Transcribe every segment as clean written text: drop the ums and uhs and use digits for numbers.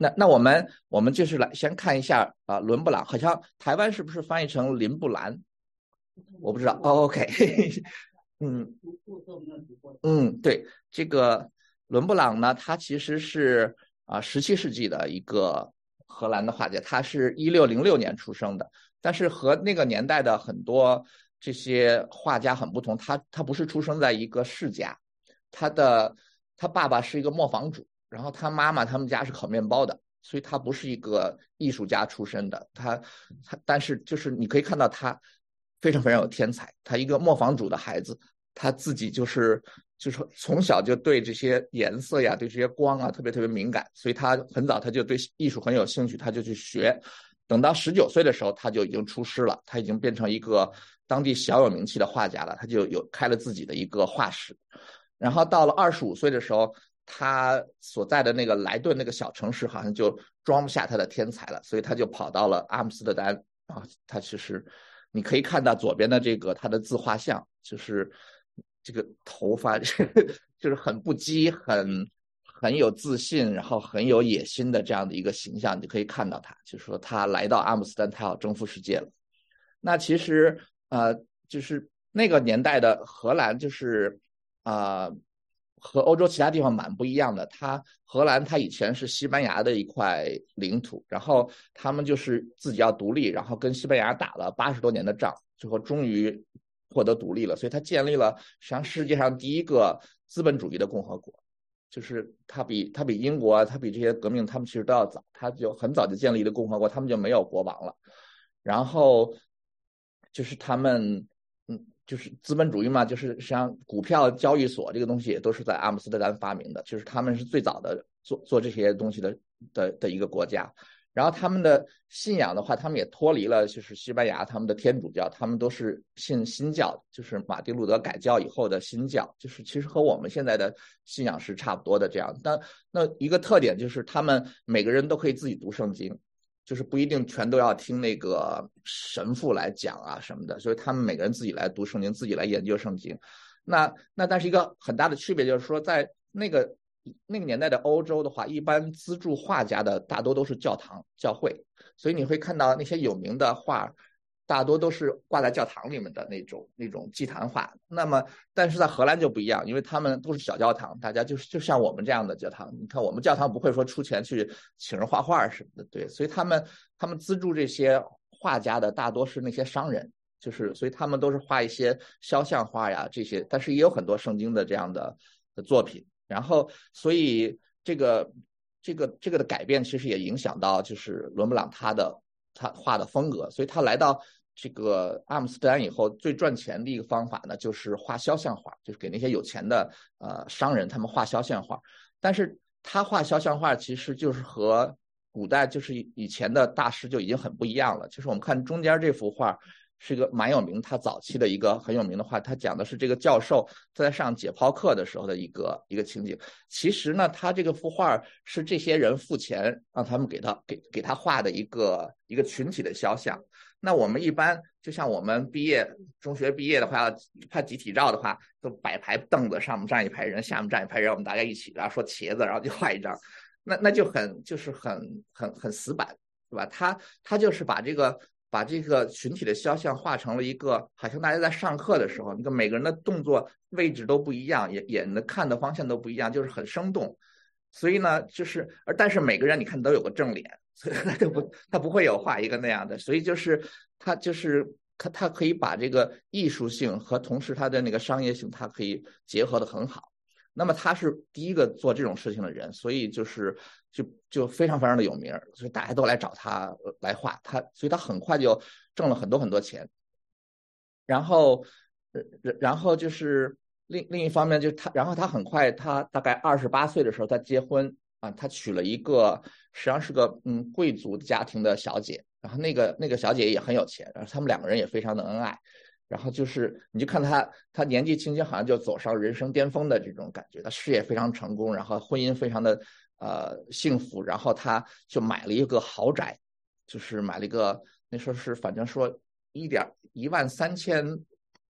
那我们就是来先看一下伦布朗，好像台湾是不是翻译成林布兰？我不知道。哦，OK。嗯对，这个伦布朗呢，他其实是17世纪的一个荷兰的画家，他是1606年出生的，但是和那个年代的很多这些画家很不同，他不是出生在一个世家，他的他爸爸是一个磨坊主，然后他妈妈他们家是烤面包的，所以他不是一个艺术家出身的，但是就是你可以看到他非常非常有天才，他一个磨坊主的孩子，他自己就是从小就对这些颜色呀，对这些光啊特别特别敏感，所以他很早他就对艺术很有兴趣，他就去学。等到19岁的时候，他就已经出师了，他已经变成一个当地小有名气的画家了，他就开了自己的一个画室。然后到了25岁的时候，他所在的那个莱顿那个小城市好像就装不下他的天才了，所以他就跑到了阿姆斯特丹。啊，他其实你可以看到左边的这个他的自画像，就是这个头发就是很不羁，很有自信，然后很有野心的这样的一个形象，你可以看到他，就是说他来到阿姆斯特丹，他要征服世界了。那其实就是那个年代的荷兰，就是呃和欧洲其他地方蛮不一样的。荷兰它以前是西班牙的一块领土，然后他们就是自己要独立，然后跟西班牙打了80多年的仗，最后终于获得独立了。所以他建立了实际上世界上第一个资本主义的共和国。就是他比英国，他比这些革命，他们其实都要早，他就很早就建立了共和国，他们就没有国王了。然后就是他们，就是资本主义嘛，就是实际上股票交易所这个东西也都是在阿姆斯特丹发明的，就是他们是最早的做这些东西的一个国家。然后他们的信仰的话，他们也脱离了就是西班牙他们的天主教，他们都是信新教，就是马丁路德改教以后的新教，就是其实和我们现在的信仰是差不多的这样。但那一个特点就是他们每个人都可以自己读圣经，就是不一定全都要听那个神父来讲啊什么的，所以他们每个人自己来读圣经，自己来研究圣经。那但是一个很大的区别就是说，在那个年代的欧洲的话，一般资助画家的大多都是教堂、教会，所以你会看到那些有名的画，大多都是挂在教堂里面的那种祭坛画。那么，但是在荷兰就不一样，因为他们都是小教堂，大家就像我们这样的教堂。你看，我们教堂不会说出钱去请人画画什么的，对，所以他们资助这些画家的大多是那些商人。就是所以他们都是画一些肖像画呀这些，但是也有很多圣经的这样的作品。然后所以这个的改变其实也影响到就是伦勃朗他画的风格，所以他来到这个阿姆斯特丹以后，最赚钱的一个方法呢，就是画肖像画，就是给那些有钱的商人他们画肖像画。但是他画肖像画其实就是和古代就是以前的大师就已经很不一样了。就是我们看中间这幅画，是一个蛮有名，他早期的一个很有名的画，他讲的是这个教授在上解剖课的时候的一个情景。其实呢，他这个幅画是这些人付钱让他们给他画的一个群体的肖像。那我们一般就像我们中学毕业的话，要拍集体照的话，都摆排凳子，上面站一排人，下面站一排人，我们大家一起，然后说茄子，然后就画一张。那就很死板，对吧？他就是把这个群体的肖像画成了一个，好像大家在上课的时候，那个每个人的动作位置都不一样，眼的看的方向都不一样，就是很生动。所以呢，但是每个人你看都有个正脸，所以他不会有画一个那样的，所以他可以把这个艺术性和同时他的那个商业性，他可以结合的很好。那么他是第一个做这种事情的人，所以就非常非常的有名，所以大家都来找他来画所以他很快就挣了很多很多钱。然后，然后就是另一方面，就是然后他很快，他大概28岁的时候，他结婚啊，他娶了一个实际上是个贵族家庭的小姐，然后那个小姐也很有钱，然后他们两个人也非常的恩爱。然后就是你就看他年纪轻轻好像就走上人生巅峰的这种感觉，他事业非常成功，然后婚姻非常的幸福，然后他就买了一个豪宅，就是买了一个那时候是反正说1.13000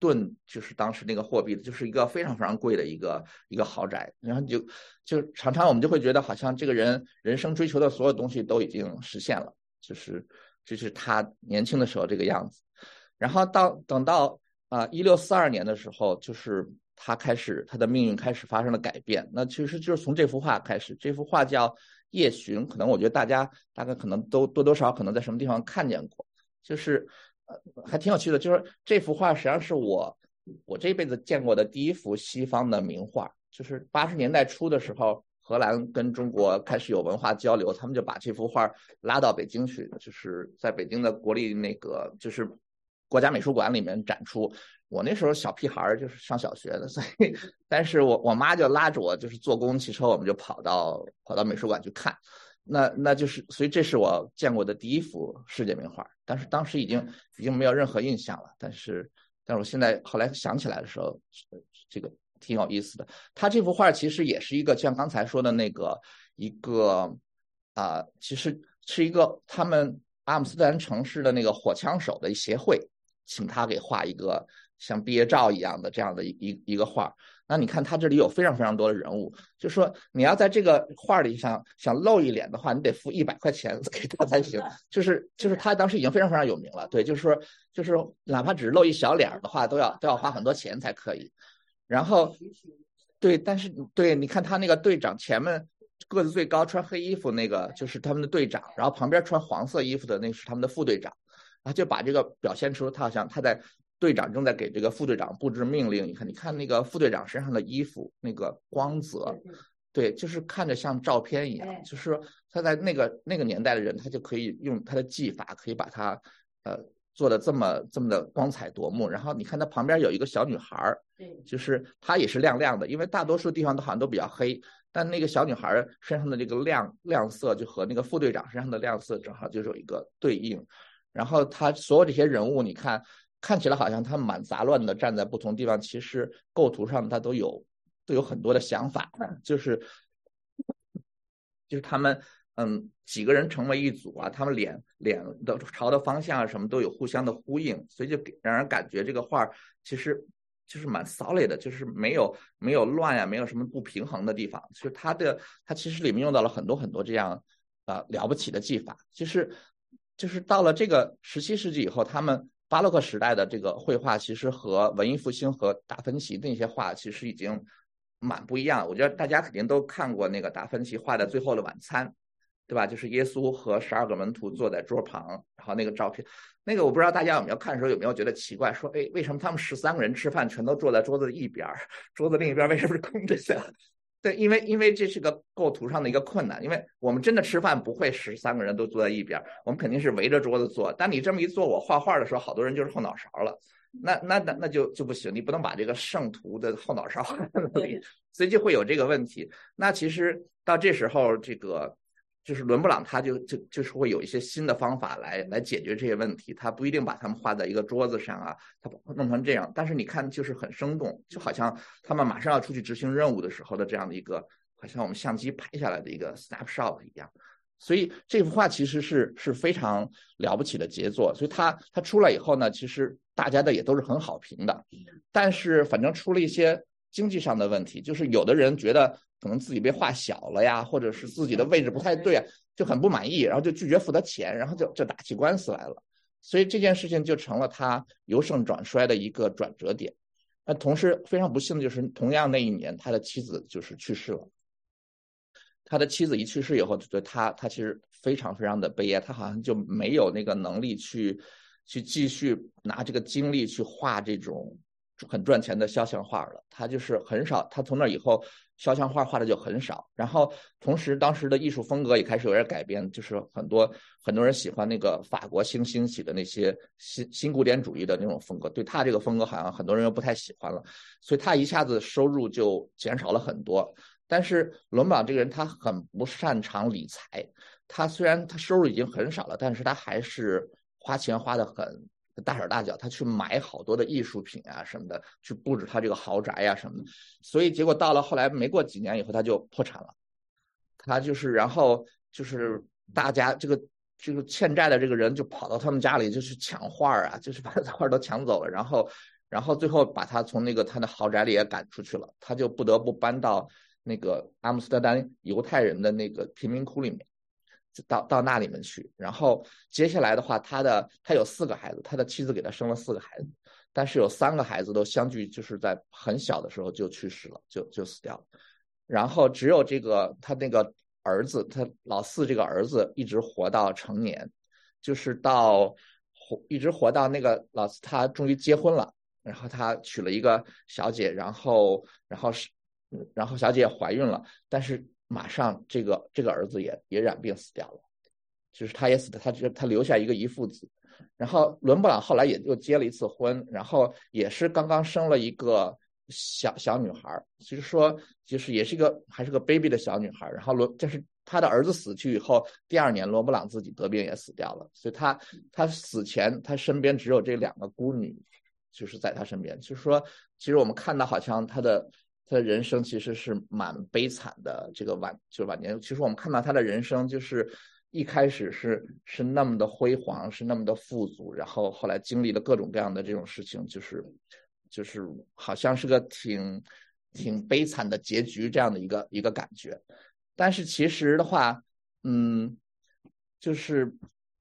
盾就是当时那个货币，就是一个非常非常贵的一个豪宅。然后就常常我们就会觉得好像这个人人生追求的所有东西都已经实现了，就是他年轻的时候这个样子。然后等到1642年的时候，就是他的命运开始发生了改变。那其实就是从这幅画开始，这幅画叫《夜巡》，可能我觉得大概可能都多多少少可能在什么地方看见过，就是还挺有趣的。就是这幅画实际上是我这辈子见过的第一幅西方的名画，就是80年代初的时候，荷兰跟中国开始有文化交流，他们就把这幅画拉到北京去，就是在北京的国立那个就是国家美术馆里面展出。我那时候小屁孩就是上小学的，所以但是我妈就拉着我，就是坐公共汽车，我们就跑到美术馆去看。那就是所以这是我见过的第一幅世界名画，但是当时已经没有任何印象了。但是我现在后来想起来的时候，这个挺有意思的。他这幅画其实也是一个像刚才说的那个一个其实是一个他们阿姆斯特丹城市的那个火枪手的协会请他给画一个像毕业照一样的这样的一个画。那你看他这里有非常非常多的人物，就说你要在这个画里想露一脸的话，你得付100块钱给他才行。就是他当时已经非常非常有名了，对，就是哪怕只是露一小脸的话，都要花很多钱才可以。然后对，但是对，你看他那个队长前面个子最高穿黑衣服那个就是他们的队长，然后旁边穿黄色衣服的那是他们的副队长。他就把这个表现出他好像他在队长正在给这个副队长布置命令。你看那个副队长身上的衣服那个光泽，对，就是看着像照片一样。就是他在那个年代的人，他就可以用他的技法可以把它做的这么的光彩夺目。然后你看他旁边有一个小女孩，就是她也是亮亮的，因为大多数地方都好像都比较黑，但那个小女孩身上的这个亮色就和那个副队长身上的亮色正好就是有一个对应。然后他所有这些人物，你看起来好像他们蛮杂乱的站在不同地方，其实构图上他都有很多的想法，就是他们几个人成为一组啊，他们脸的朝的方向啊什么都有互相的呼应，所以就让人感觉这个画其实就是蛮 solid 的，就是没有乱呀，没有什么不平衡的地方。就是它其实里面用到了很多很多这样了不起的技法。就是到了这个17世纪以后，他们巴洛克时代的这个绘画其实和文艺复兴和达芬奇那些画其实已经蛮不一样。我觉得大家肯定都看过那个达芬奇画的《最后的晚餐》，对吧？就是耶稣和12个门徒坐在桌旁，然后那个照片，那个我不知道大家有没有看的时候有没有觉得奇怪，说哎，为什么他们13个人吃饭全都坐在桌子的一边，桌子另一边为什么是空着的？对，因为这是个构图上的一个困难，因为我们真的吃饭不会13个人都坐在一边，我们肯定是围着桌子坐。但你这么一坐，我画画的时候，好多人就是后脑勺了，那就不行，你不能把这个圣徒的后脑勺放在那里，所以就会有这个问题。那其实到这时候，这个就是伦勃朗他就是会有一些新的方法来解决这些问题，他不一定把他们画在一个桌子上啊，他弄成这样，但是你看就是很生动，就好像他们马上要出去执行任务的时候的这样的一个，好像我们相机拍下来的一个 snapshot 一样。所以这幅画其实是非常了不起的杰作，所以它出来以后呢，其实大家的也都是很好评的，但是反正出了一些经济上的问题，就是有的人觉得可能自己被画小了呀，或者是自己的位置不太对啊，就很不满意，然后就拒绝付他钱，然后就打起官司来了。所以这件事情就成了他由盛转衰的一个转折点。那同时非常不幸的就是，同样那一年他的妻子就是去世了。他的妻子一去世以后，对他其实非常非常的悲哀，他好像就没有那个能力去继续拿这个精力去画这种很赚钱的肖像画了。他就是很少，他从那以后肖像画画的就很少。然后同时当时的艺术风格也开始有点改变，就是很多人喜欢那个法国兴起的那些新古典主义的那种风格，对他这个风格好像很多人又不太喜欢了，所以他一下子收入就减少了很多。但是伦勃朗这个人他很不擅长理财，他虽然他收入已经很少了，但是他还是花钱花得很大手大脚，他去买好多的艺术品啊什么的，去布置他这个豪宅啊什么的。所以结果到了后来没过几年以后他就破产了。他就是然后就是大家这个欠债的这个人就跑到他们家里就去抢画啊，就是把他的画都抢走了。 然后最后把他从那个他的豪宅里也赶出去了，他就不得不搬到那个阿姆斯特丹犹太人的那个贫民窟里面，到那里面去。然后接下来的话，他有4个孩子，他的妻子给他生了4个孩子，但是有3个孩子都相继就是在很小的时候就去世了，就死掉了。然后只有这个他那个儿子，他老4这个儿子一直活到成年，就是一直活到那个老4他终于结婚了，然后他娶了一个小姐，然后小姐也怀孕了，但是马上这个儿子也染病死掉了，就是他也死了，他留下一个遗父子。然后伦勃朗后来也又结了1次婚，然后也是刚刚生了一个小女孩，就是说就是也是还是个 baby 的小女孩。然后但是他的儿子死去以后，第2年罗勃朗自己得病也死掉了，所以他死前他身边只有这2个孤女，就是在他身边。就是说其实我们看到好像他的人生其实是蛮悲惨的，这个晚年其实我们看到他的人生就是一开始是那么的辉煌，是那么的富足，然后后来经历了各种各样的这种事情，就是好像是个挺悲惨的结局这样的一个感觉。但是其实的话，就是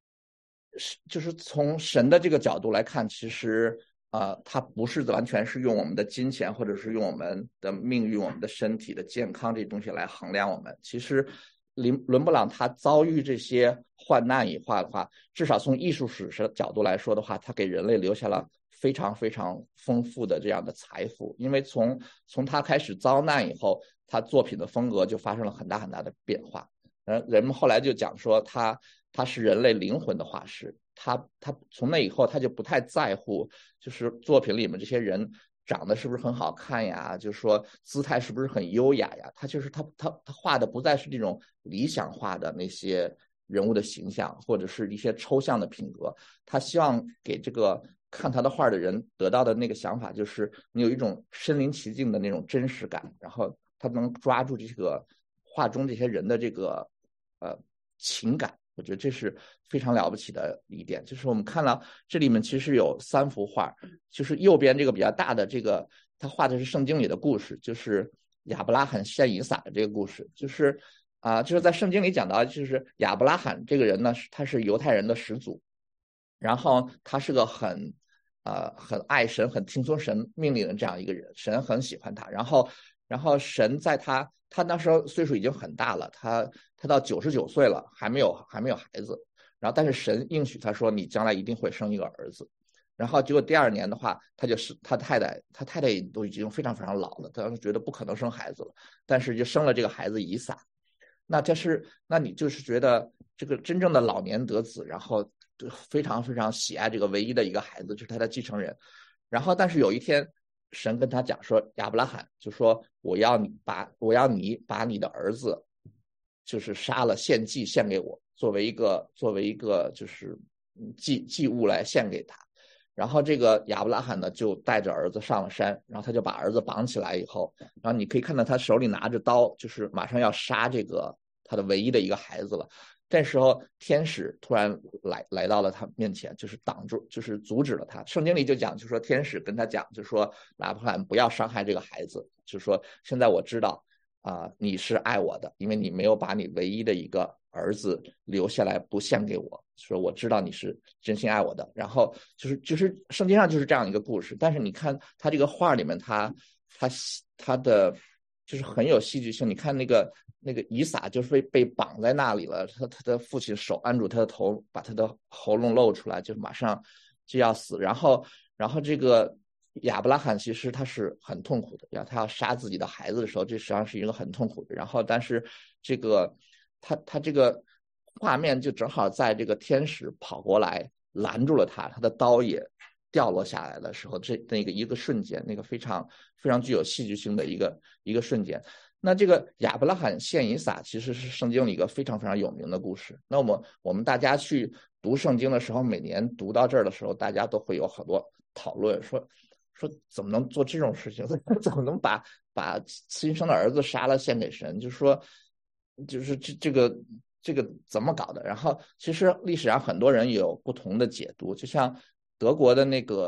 从神的这个角度来看，其实他不是完全是用我们的金钱或者是用我们的命运、我们的身体的健康这些东西来衡量我们。其实伦勃朗他遭遇这些患难以后的话，至少从艺术史的角度来说的话，他给人类留下了非常非常丰富的这样的财富。因为从他开始遭难以后，他作品的风格就发生了很大很大的变化。人们后来就讲说他是人类灵魂的化石。他从那以后他就不太在乎就是作品里面这些人长得是不是很好看呀，就是说姿态是不是很优雅呀，他画的不再是这种理想化的那些人物的形象或者是一些抽象的品格。他希望给这个看他的画的人得到的那个想法就是你有一种身临其境的那种真实感，然后他能抓住这个画中这些人的这个情感。我觉得这是非常了不起的一点。就是我们看到这里面其实有3幅画，就是右边这个比较大的这个，他画的是圣经里的故事，就是亚伯拉罕献以撒的这个故事。就是就是在圣经里讲到，就是亚伯拉罕这个人呢，他是犹太人的始祖，然后他是个很爱神、很听从神命令的这样一个人，神很喜欢他。然后神在他那时候岁数已经很大了，他到99岁了，还没有孩子。然后但是神应许他说，你将来一定会生一个儿子。然后结果第2年的话，他太太都已经非常非常老了，当时觉得不可能生孩子了，但是就生了这个孩子以撒。那你就是觉得这个真正的老年得子，然后非常非常喜爱这个唯一的一个孩子，就是他的继承人。然后但是有一天神跟他讲说，亚伯拉罕就说，我要你把你的儿子就是杀了献祭献给我，作为一个就是祭物来献给他。然后这个亚伯拉罕呢就带着儿子上了山，然后他就把儿子绑起来以后，然后你可以看到他手里拿着刀，就是马上要杀这个他的唯一的一个孩子了。这时候天使突然来到了他面前，就是挡住，就是阻止了他。圣经里就讲，就说天使跟他讲，就说亚伯拉罕不要伤害这个孩子，就说现在我知道你是爱我的，因为你没有把你唯一的一个儿子留下来不献给我，说我知道你是真心爱我的。然后就是圣经上就是这样一个故事。但是你看他这个画里面，他的就是很有戏剧性。你看那个以撒就是被绑在那里了，他的父亲手按住他的头，把他的喉咙露出来，就马上就要死。然后这个亚伯拉罕其实他是很痛苦的，他要杀自己的孩子的时候，这实际上是一个很痛苦的。然后但是这个他这个画面就正好在这个天使跑过来拦住了他的刀也掉落下来的时候，那个一个瞬间，那个非常非常具有戏剧性的一个瞬间。那这个亚伯拉罕献以撒其实是圣经里一个非常非常有名的故事。那我们大家去读圣经的时候，每年读到这儿的时候，大家都会有很多讨论，说怎么能做这种事情？怎么能把亲生的儿子杀了献给神？就是说，就是这个怎么搞的？然后其实历史上很多人也有不同的解读，就像德国的那个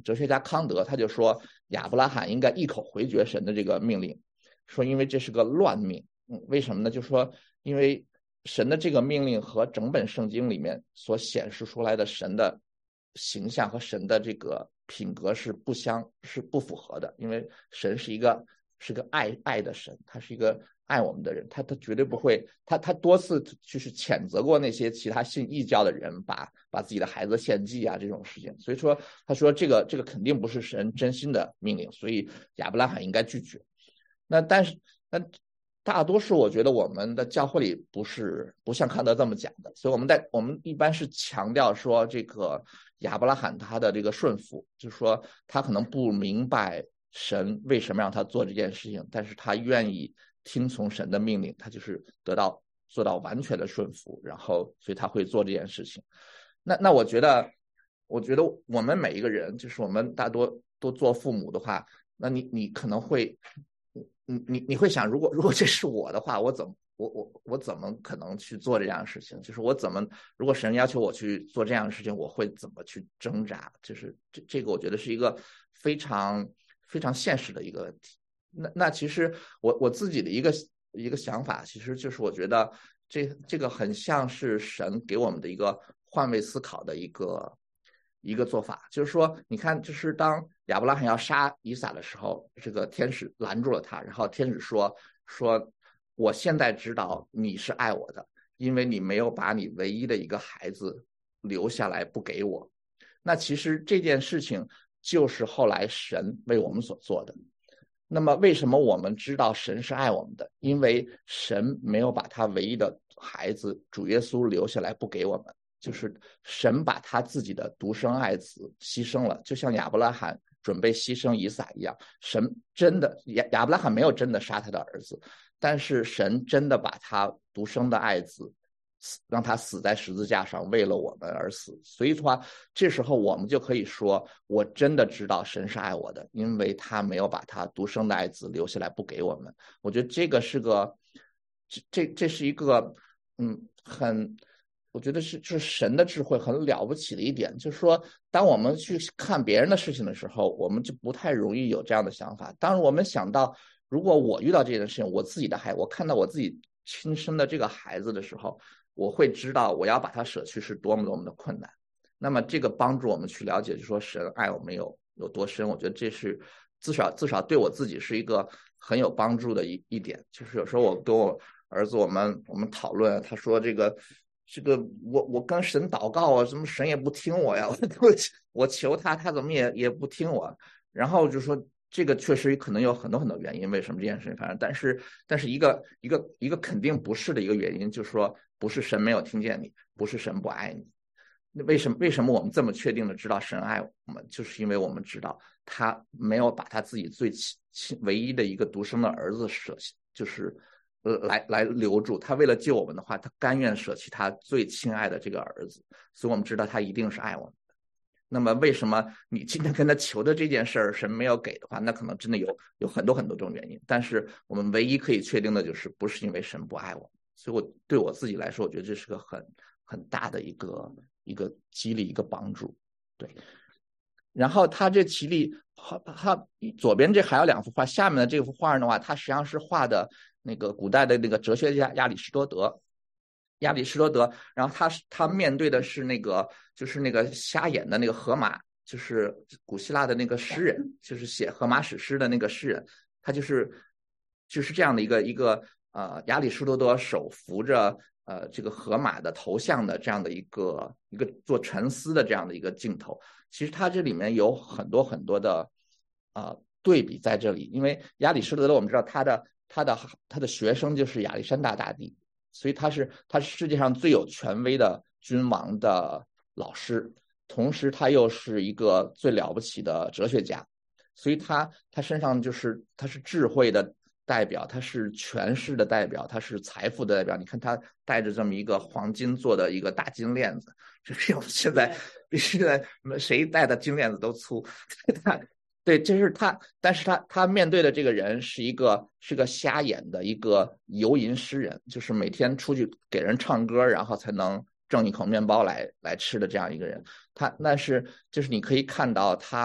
哲学家康德他就说，亚伯拉罕应该一口回绝神的这个命令，说因为这是个乱命。为什么呢？就说因为神的这个命令和整本圣经里面所显示出来的神的形象和神的这个品格是不符合的。因为神是个爱的神，他是一个爱我们的人，他绝对不会，他多次就是谴责过那些其他信异教的人把自己的孩子献祭啊这种事情。所以说他说这个肯定不是神真心的命令，所以亚伯拉罕应该拒绝。但是大多数我觉得我们的教会里不像康德这么讲的，所以我们一般是强调说这个亚伯拉罕他的这个顺服，就是说他可能不明白神为什么让他做这件事情，但是他愿意听从神的命令，他就是做到完全的顺服，然后所以他会做这件事情。那我觉得我们每一个人，就是我们大多都做父母的话，那你可能会你会想，如果这是我的话，我怎么可能去做这样的事情？就是如果神要求我去做这样的事情，我会怎么去挣扎？就是这个，我觉得是一个非常非常现实的一个问题。那其实我自己的一个想法，其实就是我觉得这个很像是神给我们的一个换位思考的一个做法。就是说你看，就是当亚伯拉罕要杀以撒的时候，这个天使拦住了他，然后天使说我现在知道你是爱我的，因为你没有把你唯一的一个孩子留下来不给我。那其实这件事情就是后来神为我们所做的。那么为什么我们知道神是爱我们的？因为神没有把他唯一的孩子主耶稣留下来不给我们，就是神把他自己的独生爱子牺牲了，就像亚伯拉罕准备牺牲以撒一样。神真的亚伯拉罕没有真的杀他的儿子，但是神真的把他独生的爱子让他死在十字架上，为了我们而死。所以说这时候我们就可以说，我真的知道神是爱我的，因为他没有把他独生的爱子留下来不给我们。我觉得这个是个这是一个我觉得是神的智慧很了不起的一点。就是说当我们去看别人的事情的时候，我们就不太容易有这样的想法。当我们想到如果我遇到这件事情，我自己的孩子，我看到我自己亲生的这个孩子的时候，我会知道我要把他舍去是多么多么的困难。那么这个帮助我们去了解，就是说神爱我们有多深。我觉得这是至少对我自己是一个很有帮助的一点。就是有时候我跟我儿子我们讨论，他说这个我跟神祷告啊，什么神也不听我呀，我求他怎么也不听我。然后就说这个确实可能有很多很多原因，为什么这件事情发生？但是一个肯定不是的一个原因，就是说不是神没有听见你，不是神不爱你。为什么我们这么确定的知道神爱我们？就是因为我们知道他没有把他自己唯一的一个独生的儿子舍弃，就是来留住他。为了救我们的话，他甘愿舍弃他最亲爱的这个儿子，所以我们知道他一定是爱我们的。那么为什么你今天跟他求的这件事儿神没有给的话，那可能真的有很多很多种原因。但是我们唯一可以确定的就是不是因为神不爱我们。所以对我自己来说，我觉得这是个很大的一个激励，一个帮助。对，然后他这激励，他左边这还有两幅画，下面的这幅画的话，它实际上是画的那个古代的那个哲学家亚里士多德。然后他面对的是就是那个瞎眼的那个荷马，就是古希腊的那个诗人，就是写荷马史诗的那个诗人。他就是这样的一个亚里士多德手扶着这个荷马的头像的这样的一个做沉思的这样的一个镜头。其实它这里面有很多很多的对比在这里。因为亚里士多德我们知道他的学生就是亚历山大大帝，所以他是世界上最有权威的君王的老师，同时他又是一个最了不起的哲学家。所以他身上他是智慧的代表，他是权势的代表，他是财富的代表。你看他戴着这么一个黄金做的一个大金链子，这比我们现在谁戴的金链子都粗。对，这是他。但是他面对的这个人是个瞎眼的一个游吟诗人，就是每天出去给人唱歌，然后才能挣一口面包来吃的这样一个人。但是就是你可以看到他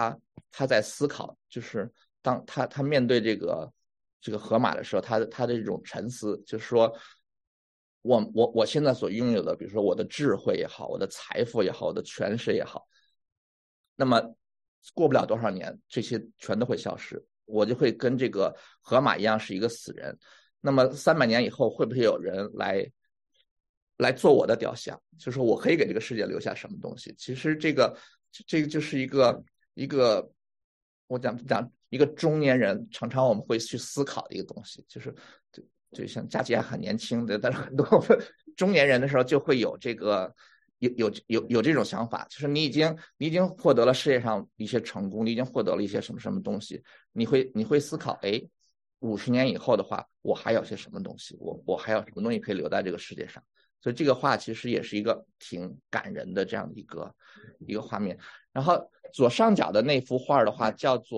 他在思考，就是当他面对这个河马的时候，他的这种沉思，就是说我现在所拥有的，比如说我的智慧也好，我的财富也好，我的权势也好，那么过不了多少年，这些全都会消失，我就会跟这个河马一样是一个死人。那么300年以后，会不会有人来做我的雕像？就是我可以给这个世界留下什么东西？其实这个就是一个我讲一个中年人常常我们会去思考的一个东西，就像佳琪还很年轻的，但是很多中年人的时候就会有这个有这种想法，就是你已经获得了世界上一些成功，你已经获得了一些什么什么东西，你会思考，哎，50年以后的话，我还有些什么东西，我还有什么东西可以留在这个世界上？所以这个画其实也是一个挺感人的这样的一个画面。然后左上角的那幅画的话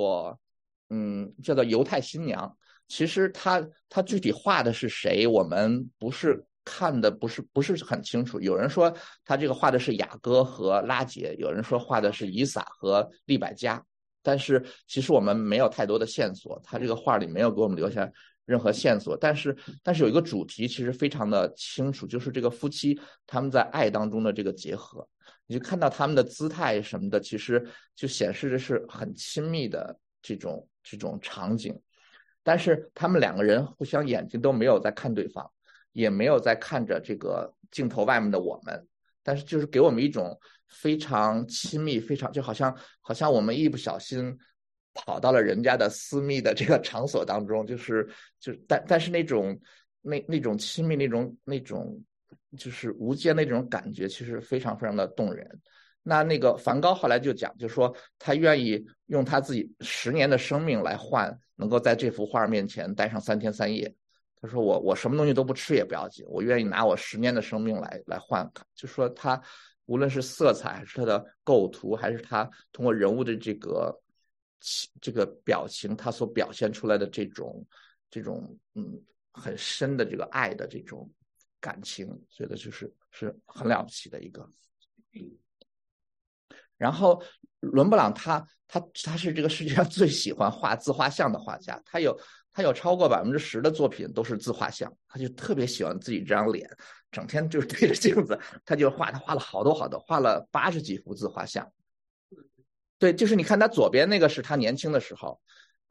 叫做犹太新娘。其实他具体画的是谁，我们不是看的不是很清楚。有人说他这个画的是雅各和拉结，有人说画的是以撒和利百加，但是其实我们没有太多的线索，他这个画里没有给我们留下任何线索。但是有一个主题其实非常的清楚，就是这个夫妻他们在爱当中的这个结合。你就看到他们的姿态什么的，其实就显示的是很亲密的这种场景。但是他们两个人互相眼睛都没有在看对方，也没有在看着这个镜头外面的我们，但是就是给我们一种非常亲密，非常就好像我们一不小心跑到了人家的私密的这个场所当中，但是那种亲密，那种就是无间那种感觉，其实非常非常的动人。那个梵高后来就讲，就说他愿意用他自己10年的生命来换，能够在这幅画面前待上3天3夜。他说我什么东西都不吃也不要紧，我愿意拿我10年的生命来换。就说他无论是色彩，还是他的构图，还是他通过人物的这个表情，他所表现出来的这种很深的这个爱的这种感情，觉得是很了不起的一个。然后伦勃朗他是这个世界上最喜欢画自画像的画家，他有超过10%的作品都是自画像，他就特别喜欢自己这张脸，整天就是对着镜子，他画了好多好多，画了80几幅自画像。对，就是你看他左边那个是他年轻的时候，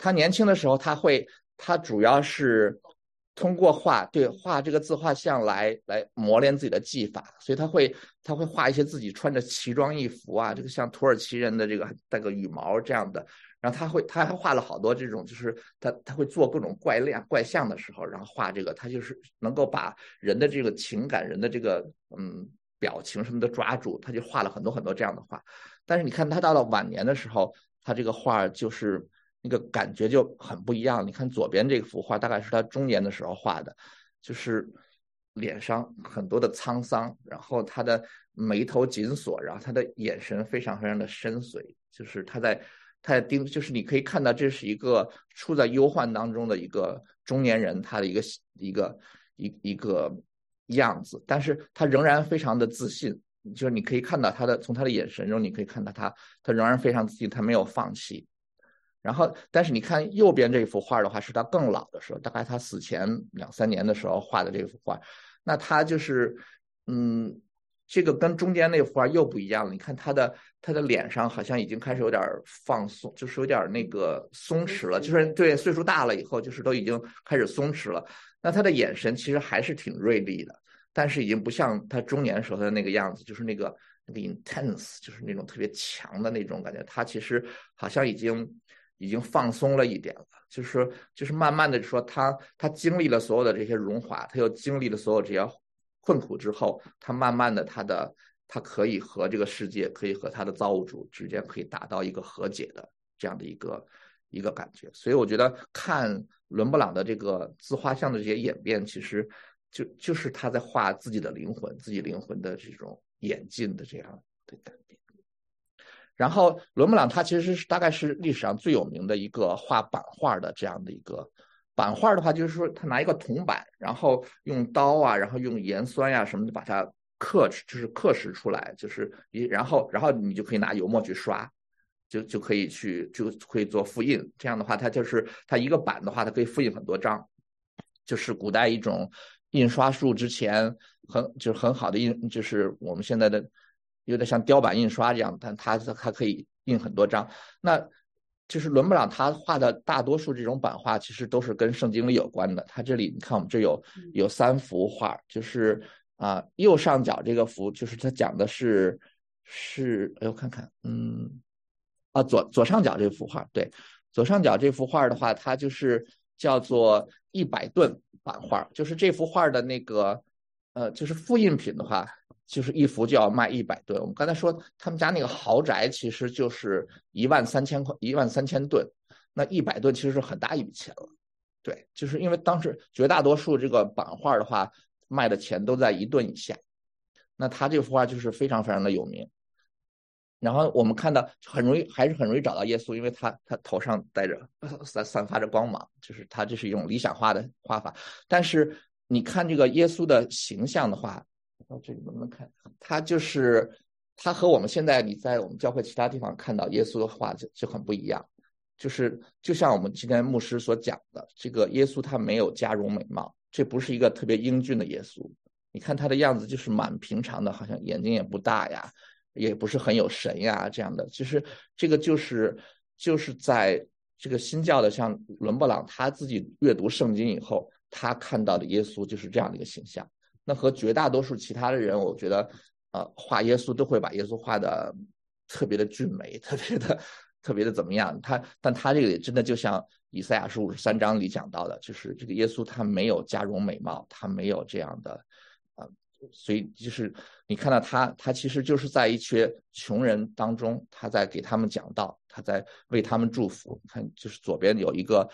他主要是通过画这个自画像来磨练自己的技法，所以他会画一些自己穿着奇装异服啊，这个像土耳其人的这个带个羽毛这样的，然后他还画了好多这种，就是他会做各种怪象的时候，然后画这个，他就是能够把人的这个情感、人的这个表情什么的抓住，他就画了很多很多这样的画。但是你看他到了晚年的时候，他这个画就是那个感觉就很不一样。你看左边这幅画，大概是他中年的时候画的，就是脸上很多的沧桑，然后他的眉头紧锁，然后他的眼神非常非常的深邃，就是他在就是你可以看到这是一个处在忧患当中的一个中年人，他的一个样子，但是他仍然非常的自信。就是你可以看到从他的眼神中，你可以看到他仍然非常自信，他没有放弃。然后，但是你看右边这幅画的话，是他更老的时候，大概他死前2-3年的时候画的这幅画。那他就是，这个跟中间那幅画又不一样了。你看他的脸上好像已经开始有点放松，就是有点那个松弛了，就是对岁数大了以后，就是都已经开始松弛了。那他的眼神其实还是挺锐利的。但是已经不像他中年时候的那个样子，就是那个 intense， 就是那种特别强的那种感觉。他其实好像已经放松了一点了，就是慢慢的说他经历了所有的这些荣华，他又经历了所有这些困苦之后，他慢慢的他可以和这个世界，可以和他的造物主之间可以达到一个和解的这样的一个感觉。所以我觉得看伦勃朗的这个自画像的这些演变，其实就是他在画自己的灵魂，自己灵魂的这种演进的这样的改变。然后伦勃朗他其实大概是历史上最有名的一个画版画的这样的一个版画的话，就是说他拿一个铜板，然后用刀啊，然后用盐酸呀、什么的把它就是刻蚀出来，就是然后你就可以拿油墨去刷。 就可以做复印。这样的话，它一个版的话，它可以复印很多张，就是古代一种印刷术之前很好的就是我们现在的有点像雕版印刷这样，但它可以印很多张。那就是伦勃朗他画的大多数这种版画，其实都是跟圣经里有关的。他这里你看，我们这有3幅画，就是右上角这个幅，就是他讲的是，哎我看看，左上角这幅画，对，左上角这幅画的话，它就是叫做100吨版画，就是这幅画的那个就是复印品的话，就是一幅就要卖100吨。我们刚才说他们家那个豪宅其实就是13000吨，那100吨其实是很大一笔钱了。对，就是因为当时绝大多数这个版画的话，卖的钱都在1吨以下，那他这幅画就是非常非常的有名。然后我们看到还是很容易找到耶稣，因为他头上带着散发着光芒，就是他这是一种理想化的画法。但是你看这个耶稣的形象的话，这里能不能看？他和我们现在你在我们教会其他地方看到耶稣的画就很不一样。就像我们今天牧师所讲的，这个耶稣他没有加容美貌，这不是一个特别英俊的耶稣。你看他的样子就是蛮平常的，好像眼睛也不大呀，也不是很有神呀这样的。其实这个就是在这个新教的像伦勃朗他自己阅读圣经以后，他看到的耶稣就是这样的一个形象。那和绝大多数其他的人，我觉得画耶稣都会把耶稣画的特别的俊美，特别的怎么样？但他这个也真的就像以赛亚书53章里讲到的，就是这个耶稣他没有加容美貌，他没有这样的所以就是你看到他其实就是在一群穷人当中，他在给他们讲道，他在为他们祝福。你看，就是左边有一个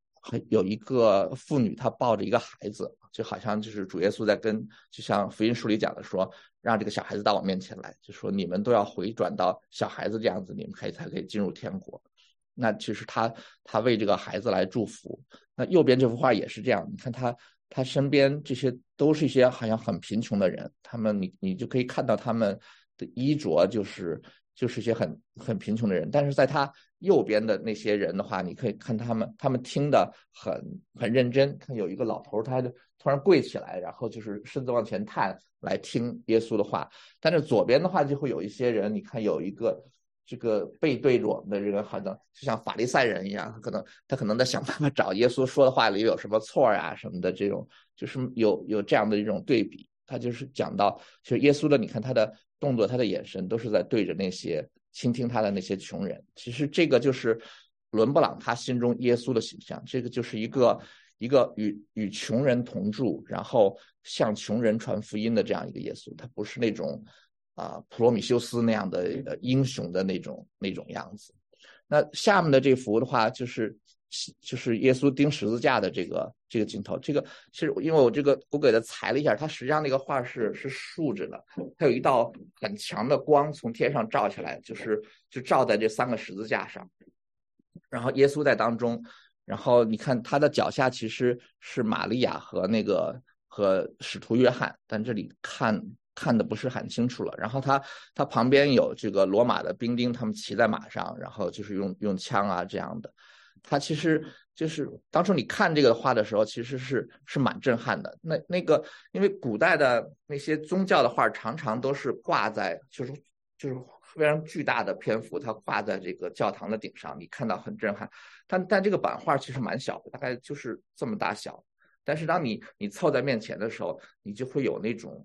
妇女，她抱着一个孩子，就好像就是主耶稣在就像福音书里讲的说，让这个小孩子到我面前来，就说你们都要回转到小孩子这样子，你们才可以进入天国。那其实他为这个孩子来祝福。那右边这幅画也是这样，你看他身边这些都是一些好像很贫穷的人，你就可以看到他们的衣着就是一些很贫穷的人。但是在他右边的那些人的话，你可以看他们听得很认真。看有一个老头，他就突然跪起来，然后就是身子往前探来听耶稣的话。但是左边的话就会有一些人，你看有一个这个背对着我们的人，好像就像法利赛人一样，他可能在想办法找耶稣说的话里有什么错呀什么的，这种就是有这样的一种对比。他就是讲到，其实耶稣的，你看他的动作，他的眼神都是在对着那些倾听他的那些穷人。其实这个就是伦勃朗他心中耶稣的形象，这个就是一个与穷人同住，然后向穷人传福音的这样一个耶稣。他不是那种普罗米修斯那样的英雄的那种样子。那下面的这幅的话，就是耶稣钉十字架的这个镜头。这个其实因为我给他裁了一下，它实际上那个画是竖着的，它有一道很强的光从天上照下来，就照在这3个十字架上，然后耶稣在当中，然后你看他的脚下其实是玛利亚和使徒约翰，但这里看的不是很清楚了。然后他旁边有这个罗马的兵丁，他们骑在马上，然后就是用枪啊这样的。他其实就是当初你看这个画的时候，其实是蛮震撼的。那个因为古代的那些宗教的画常常都是挂在就是非常巨大的篇幅，它挂在这个教堂的顶上，你看到很震撼。但这个版画其实蛮小的，大概就是这么大小。但是当你凑在面前的时候，你就会有那种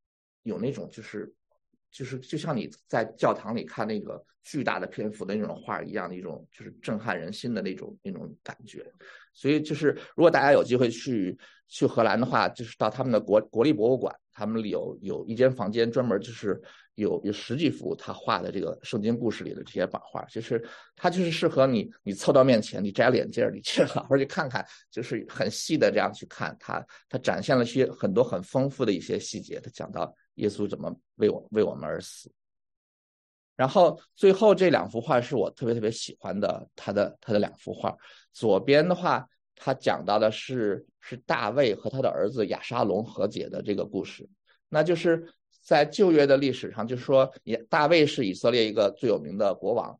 就像你在教堂里看那个巨大的篇幅的那种画一样的一种就是震撼人心的那种感觉。所以就是如果大家有机会去荷兰的话，就是到他们的国立博物馆，他们里有一间房间专门就是有10几幅他画的这个圣经故事里的这些版画，就是它就是适合你凑到面前，你摘了眼镜，你去好好去看看，就是很细的这样去看它展现了很多很丰富的一些细节，它讲到耶稣怎么为我们而死。然后最后这2幅画是我特别特别喜欢的，他的2幅画。左边的话，他讲到的是大卫和他的儿子亚沙龙和解的这个故事。那就是在旧约的历史上，就是说大卫是以色列一个最有名的国王，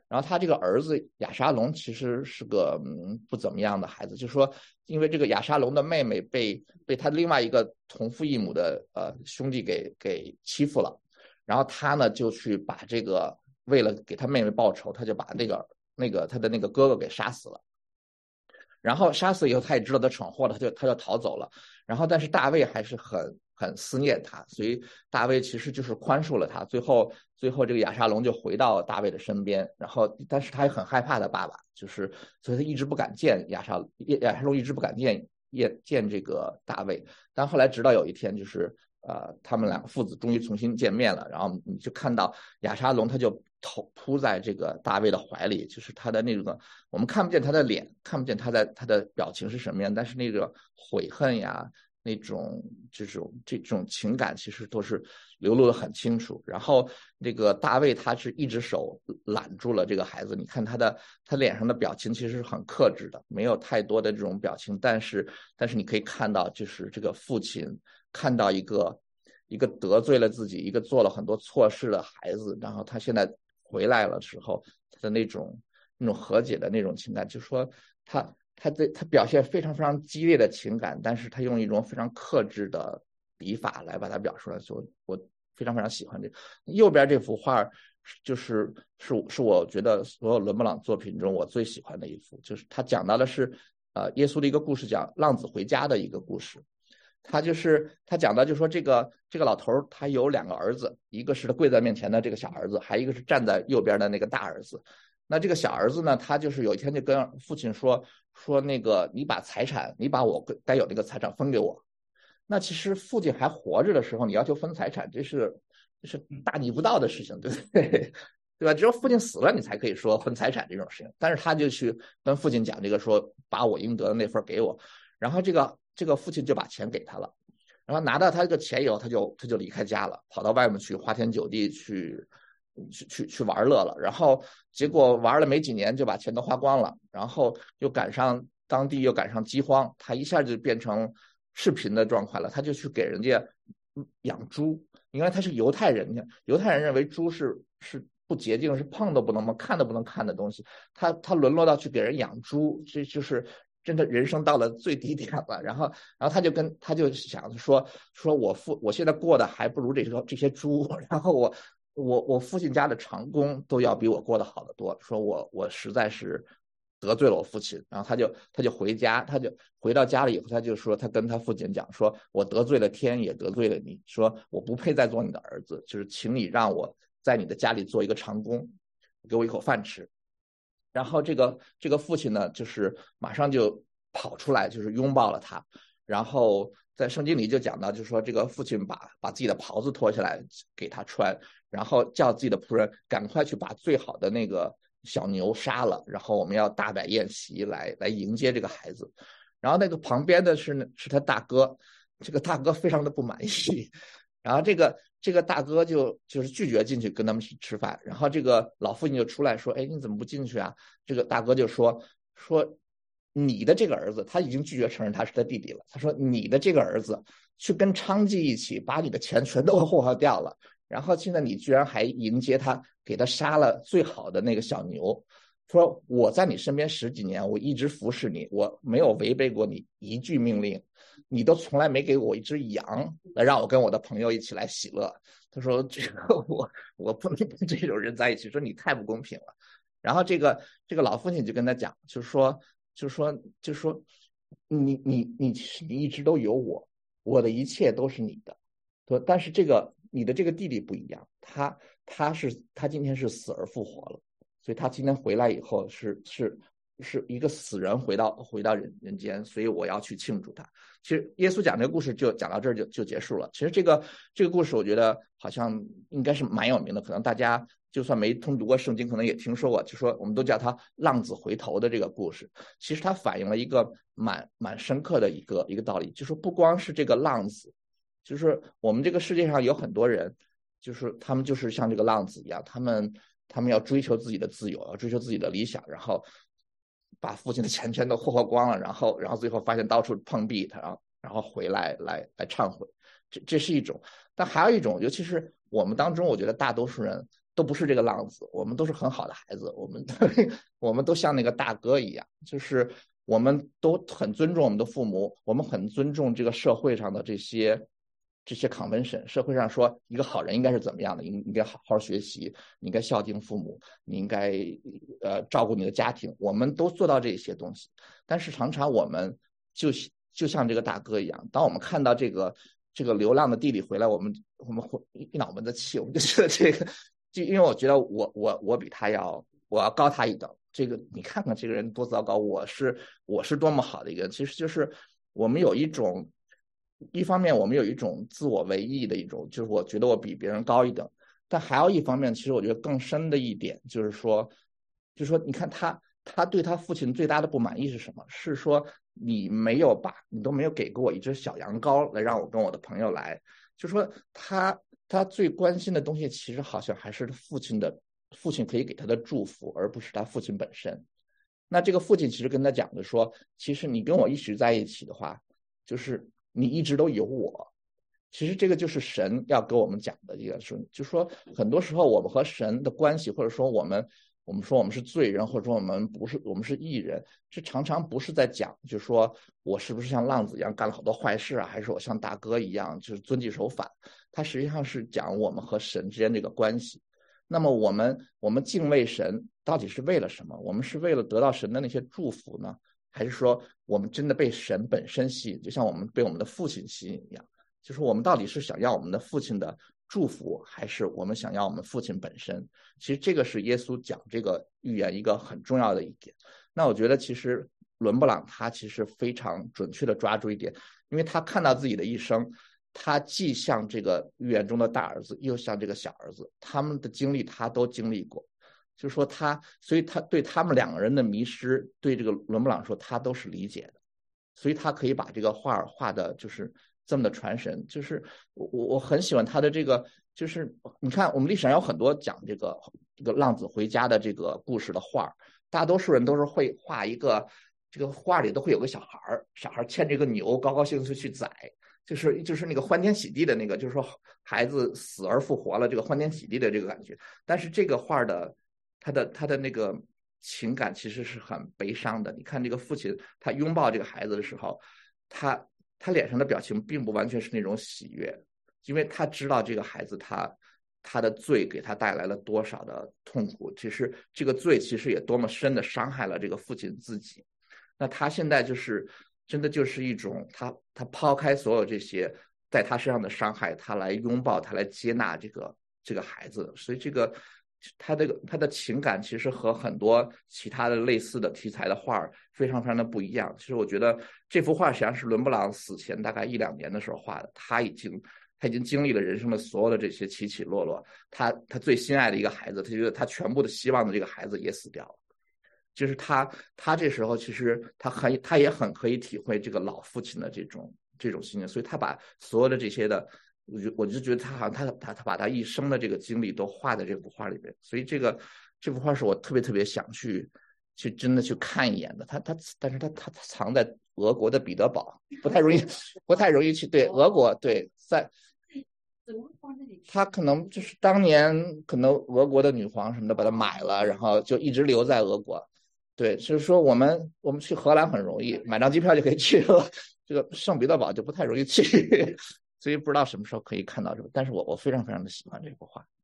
然后他这个儿子亚沙龙其实是个不怎么样的孩子，就是说，因为这个亚沙龙的妹妹被他另外一个同父异母的兄弟给欺负了，然后他呢就去把这个为了给他妹妹报仇，他就把他的那个哥哥给杀死了。然后杀死以后，他也知道他闯祸了，他就逃走了。然后，但是大卫还是很思念他，所以大卫其实就是宽恕了他。最后这个亚沙龙就回到大卫的身边，然后但是他也很害怕他爸爸，就是所以他一直不敢见亚沙龙，一直不敢见这个大卫。但后来直到有一天，就是他们两个父子终于重新见面了，然后你就看到亚沙龙他就头扑在这个大卫的怀里，就是他的那个我们看不见他的脸，看不见他的表情是什么样，但是那个悔恨呀，那种这种情感其实都是流露的很清楚。然后这个大卫他是一只手揽住了这个孩子，你看他脸上的表情其实是很克制的，没有太多的这种表情，但是你可以看到，就是这个父亲看到一个得罪了自己，一个做了很多错事的孩子，然后他现在回来了时候，他的那种和解的那种情感，就是说他表现非常非常激烈的情感，但是他用一种非常克制的笔法来把它表出来，所以我非常非常喜欢这个。右边这幅画就是我觉得所有伦勃朗作品中我最喜欢的一幅，就是他讲到的是耶稣的一个故事，讲浪子回家的一个故事。他讲到，就是说这个老头他有两个儿子，一个是他跪在面前的这个小儿子，还有一个是站在右边的那个大儿子。那这个小儿子呢，他就是有一天就跟父亲说那个你把我该有那个财产分给我。那其实父亲还活着的时候，你要求分财产，这是大逆不道的事情，对不对？对吧？只有父亲死了，你才可以说分财产这种事情。但是他就去跟父亲讲这个，说把我应得的那份给我。然后这个父亲就把钱给他了，然后拿到他这个钱以后，他就离开家了，跑到外面去花天酒地去玩乐了。然后结果玩了没几年就把钱都花光了，然后当地又赶上饥荒，他一下就变成赤贫的状况了。他就去给人家养猪，因为他是犹太人，犹太人认为猪是不洁净，是碰都不能碰、看都不能看的东西。他沦落到去给人养猪，这就是真的人生到了最低点了。然后他就想说我现在过得还不如这些猪，然后我父亲家的长工都要比我过得好得多，说我实在是得罪了我父亲。然后他就回家，他就回到家里以后，他就说他跟他父亲讲，说我得罪了天，也得罪了你，说我不配再做你的儿子，就是请你让我在你的家里做一个长工，给我一口饭吃。然后这个父亲呢，就是马上就跑出来，就是拥抱了他。然后在圣经里就讲到，就是说这个父亲把自己的袍子脱下来给他穿，然后叫自己的仆人赶快去把最好的那个小牛杀了，然后我们要大摆宴席来迎接这个孩子。然后那个旁边的是他大哥，这个大哥非常的不满意，然后这个大哥就是拒绝进去跟他们一起吃饭。然后这个老父亲就出来说，哎，你怎么不进去啊？这个大哥就说你的这个儿子，他已经拒绝承认他是他弟弟了。他说你的这个儿子去跟娼妓一起把你的钱全都霍掉了，然后现在你居然还迎接他，给他杀了最好的那个小牛。说我在你身边10几年，我一直服侍你，我没有违背过你一句命令，你都从来没给我一只羊来让我跟我的朋友一起来喜乐。他说这个我不能跟这种人在一起，说你太不公平了。然后这个老父亲就跟他讲，就说你一直都有我的一切都是你的。说但是你的这个弟弟不一样，他今天是死而复活了。所以他今天回来以后是一个死人回到人间，所以我要去庆祝他。其实耶稣讲这个故事就讲到这儿就结束了。其实这个故事我觉得好像应该是蛮有名的，可能大家就算没通读过圣经，可能也听说过，就说我们都叫他浪子回头的这个故事。其实它反映了一个蛮深刻的一个道理，就是不光是这个浪子，就是我们这个世界上有很多人，就是他们就是像这个浪子一样，他们要追求自己的自由，要追求自己的理想，然后把父亲的钱全都霍光了，然后最后发现到处碰壁他，然后回来忏悔。这是一种。但还有一种，尤其是我们当中，我觉得大多数人都不是这个浪子，我们都是很好的孩子，我们都像那个大哥一样，就是我们都很尊重我们的父母，我们很尊重这个社会上的这些 convention， 社会上说一个好人应该是怎么样的，你应该好好学习，你应该孝敬父母，你应该照顾你的家庭，我们都做到这些东西。但是常常我们就像这个大哥一样，当我们看到这个流浪的弟弟回来，我们会一脑门子气，我们就觉得这个，就因为我觉得我比他我要高他一等。这个你看看这个人多糟糕，我是多么好的一个人。其实就是我们有一方面我们有一种自我为意的一种，就是我觉得我比别人高一等。但还有一方面，其实我觉得更深的一点就是说，你看他对他父亲最大的不满意是什么？是说你都没有给过我一只小羊羔来让我跟我的朋友来。就说他最关心的东西，其实好像还是父亲可以给他的祝福，而不是他父亲本身。那这个父亲其实跟他讲的说，其实你跟我一直在一起的话，就是你一直都有我。其实这个就是神要跟我们讲的一个事，就是说很多时候我们和神的关系，或者说我们说我们是罪人，或者说我们是义人，这常常不是在讲，就是说我是不是像浪子一样干了好多坏事啊，还是我像大哥一样就是遵纪守法。它实际上是讲我们和神之间这个关系。那么我们敬畏神到底是为了什么？我们是为了得到神的那些祝福呢，还是说我们真的被神本身吸引，就像我们被我们的父亲吸引一样？就是我们到底是想要我们的父亲的祝福，还是我们想要我们父亲本身？其实这个是耶稣讲这个预言一个很重要的一点。那我觉得其实伦勃朗他其实非常准确的抓住一点，因为他看到自己的一生，他既像这个预言中的大儿子，又像这个小儿子，他们的经历他都经历过。就是说所以他对他们两个人的迷失，对这个伦勃朗说他都是理解的，所以他可以把这个画画的就是这么的传神。就是我很喜欢他的这个，就是你看我们历史上有很多讲这个浪子回家的这个故事的画，大多数人都是会画一个，这个画里都会有个小孩牵着一个牛高高兴兴去宰，就是那个欢天喜地的那个，就是说孩子死而复活了，这个欢天喜地的这个感觉。但是这个画的他的那个情感其实是很悲伤的。你看这个父亲他拥抱这个孩子的时候，他脸上的表情并不完全是那种喜悦，因为他知道这个孩子他的罪给他带来了多少的痛苦，其实这个罪其实也多么深的伤害了这个父亲自己。那他现在就是真的就是一种他抛开所有这些在他身上的伤害，他来拥抱他来接纳这个孩子。所以这个他的情感其实和很多其他的类似的题材的画非常非常的不一样。其实我觉得这幅画实际上是伦勃朗死前大概1-2年的时候画的，他已经经历了人生的所有的这些起起落落，他最心爱的一个孩子，他觉得他全部的希望的这个孩子也死掉了。就是他这时候其实他也很可以体会这个老父亲的这种心情，所以他把所有的这些的，我就觉得他好像他把他一生的这个经历都画在这幅画里边。所以这幅画是我特别特别想去真的去看一眼的。但是他藏在俄国的彼得堡，不太容易去。对，俄国，对，在他可能就是当年可能俄国的女皇什么的把它买了，然后就一直留在俄国。对，就是说我们去荷兰很容易，买张机票就可以去了，这个圣彼得堡就不太容易去，所以不知道什么时候可以看到这个。但是我非常非常的喜欢这幅画。